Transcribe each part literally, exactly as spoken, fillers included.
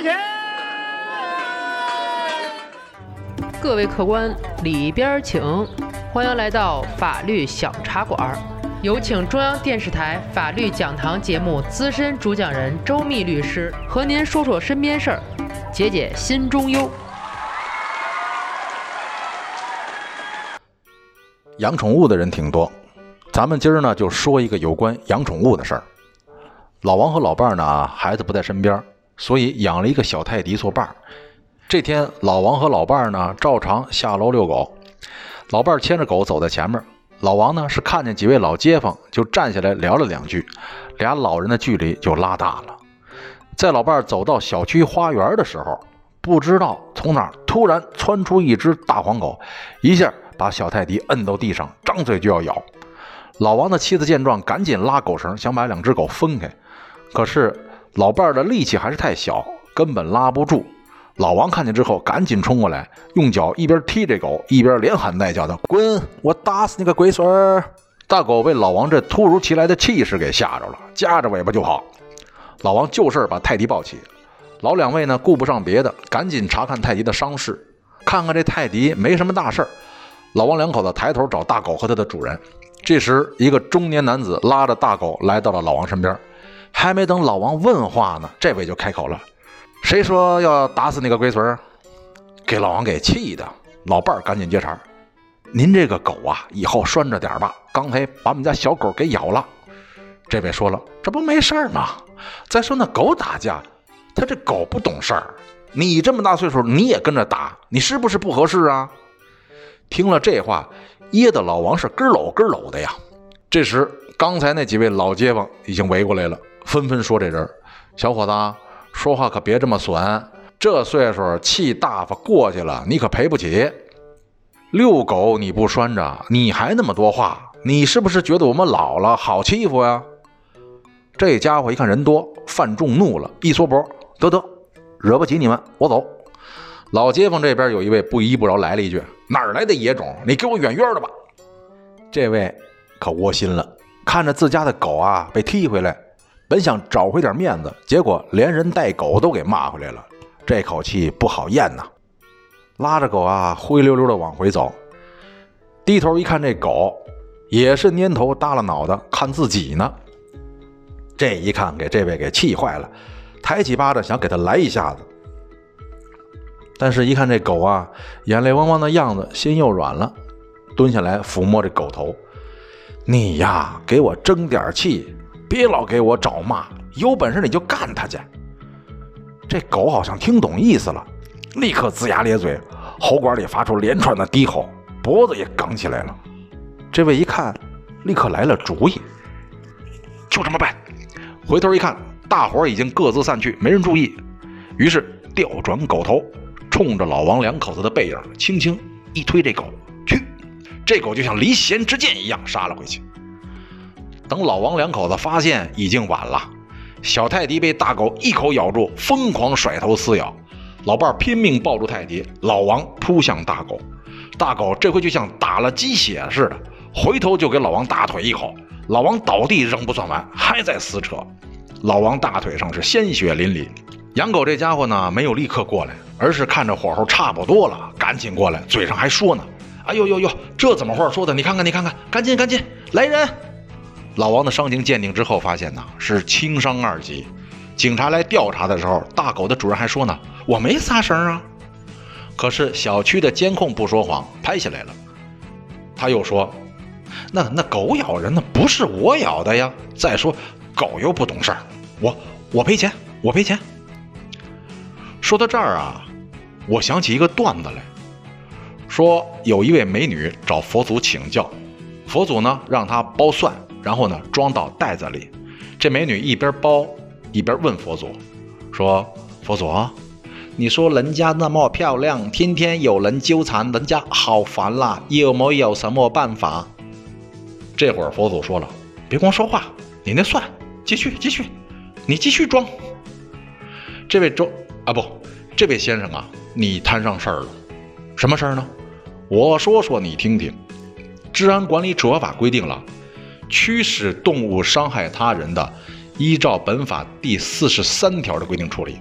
钱。 各位客官，里边请，欢迎来到法律小茶馆。有请中央电视台法律讲堂节目资深主讲人周密律师和您说说身边事儿，解解心中忧。 养宠物的人挺多，咱们今儿呢就说一个有关养宠物的事儿。老王和老伴儿呢，孩子不在身边，所以养了一个小泰迪做伴儿。这天，老王和老伴儿呢照常下楼遛狗，老伴儿牵着狗走在前面，老王呢是看见几位老街坊，就站下来聊了两句，俩老人的距离就拉大了。在老伴儿走到小区花园的时候，不知道从哪儿突然窜出一只大黄狗，一下把小泰迪摁到地上，张嘴就要咬。老王的妻子见状，赶紧拉狗绳，想把两只狗分开，可是老伴儿的力气还是太小，根本拉不住。老王看见之后，赶紧冲过来，用脚一边踢这狗，一边连喊带叫的：“滚！我打死你个龟孙儿！”大狗被老王这突如其来的气势给吓着了，夹着尾巴就跑。老王就事把泰迪抱起，老两位呢顾不上别的，赶紧查看泰迪的伤势，看看这泰迪没什么大事儿。老王两口子抬头找大狗和它的主人。这时，一个中年男子拉着大狗来到了老王身边，还没等老王问话呢，这位就开口了。谁说要打死那个龟孙儿？给老王给气的，老伴儿赶紧接茬：“您这个狗啊，以后拴着点吧，刚才把我们家小狗给咬了。”这位说了：“这不没事吗？再说那狗打架，他这狗不懂事儿，你这么大岁数你也跟着打，你是不是不合适啊？”听了这话，噎得老王是咯搂咯搂的呀。这时，刚才那几位老街坊已经围过来了，纷纷说这人：“小伙子啊，说话可别这么损，这岁数气大发过去了，你可赔不起。遛狗你不拴着，你还那么多话，你是不是觉得我们老了好欺负呀？”这家伙一看人多，犯众怒了，一缩脖：“得得，惹不起你们，我走。”老街坊这边有一位不依不饶来了一句：“哪儿来的野种，你给我远远的吧！”这位可窝心了，看着自家的狗啊被踢回来，本想找回点面子，结果连人带狗都给骂回来了，这口气不好咽呐。拉着狗啊灰溜溜的往回走，低头一看，这狗也是蔫头耷拉脑袋看自己呢。这一看给这位给气坏了，抬起巴掌想给他来一下子，但是一看这狗啊眼泪汪汪的样子，心又软了，蹲下来抚摸这狗头：“你呀给我争点气，别老给我找骂，有本事你就干他去。”这狗好像听懂意思了，立刻龇牙咧嘴，喉管里发出连串的低吼，脖子也梗起来了。这位一看，立刻来了主意：“就这么办。”回头一看，大伙已经各自散去，没人注意，于是调转狗头，冲着老王两口子的背影轻轻一推，这狗去，这狗就像离弦之箭一样杀了回去。等老王两口子发现，已经晚了。小泰迪被大狗一口咬住，疯狂甩头撕咬，老伴拼命抱住泰迪，老王扑向大狗，大狗这回就像打了鸡血似的，回头就给老王大腿一口，老王倒地仍不算完，还在撕扯，老王大腿上是鲜血淋漓。养狗这家伙呢，没有立刻过来，而是看着火候差不多了，赶紧过来，嘴上还说呢：“哎呦呦呦，这怎么话说的？你看看，你看看，赶紧赶紧来人！”老王的伤情鉴定之后发现呢，是轻伤二级。警察来调查的时候，大狗的主人还说呢：“我没撒绳啊。”可是小区的监控不说谎，拍下来了。他又说：“那那狗咬人，那不是我咬的呀。再说狗又不懂事儿，我我赔钱，我赔钱。”说到这儿啊，我想起一个段子来，说有一位美女找佛祖请教，佛祖呢让她剥蒜，然后呢装到袋子里。这美女一边剥一边问佛祖说：“佛祖，你说人家那么漂亮，天天有人纠缠人家，好烦啦，有没有什么办法？”这会儿佛祖说了：“别光说话，你那蒜继续继续，你继续装。”这位周啊不，这位先生啊，你摊上事儿了。什么事儿呢？我说说你听听。治安管理处罚法规定了，驱使动物伤害他人的，依照本法第四十三条的规定处理。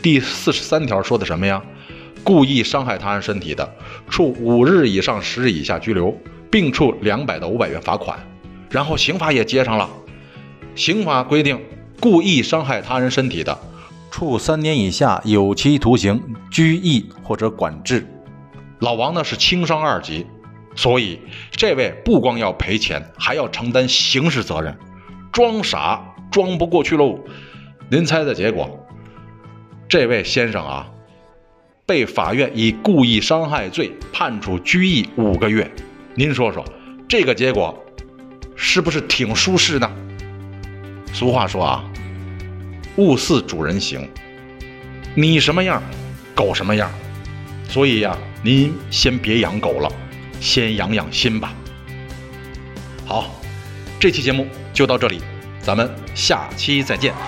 第四十三条说的什么呀？故意伤害他人身体的，处五日以上十日以下拘留，并处两百到五百元罚款。然后刑法也接上了，刑法规定，故意伤害他人身体的，处三年以下有期徒刑、拘役或者管制。老王呢是轻伤二级，所以这位不光要赔钱，还要承担刑事责任，装傻装不过去喽。您猜的结果？这位先生啊，被法院以故意伤害罪判处拘役五个月。您说说，这个结果是不是挺舒适呢？俗话说啊，物似主人行，你什么样，狗什么样。所以呀、啊，您先别养狗了，先养养心吧。好，这期节目就到这里，咱们下期再见。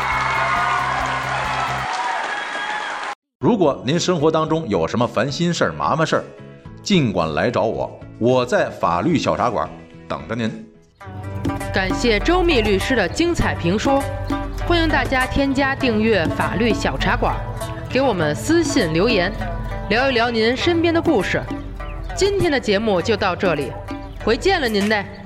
如果您生活当中有什么烦心事儿、麻烦事儿，尽管来找我，我在法律小茶馆等着您。 感谢周密律师的精彩评说，欢迎大家添加订阅法律小茶馆，给我们私信留言，聊一聊您身边的故事。今天的节目就到这里，回见了您嘞。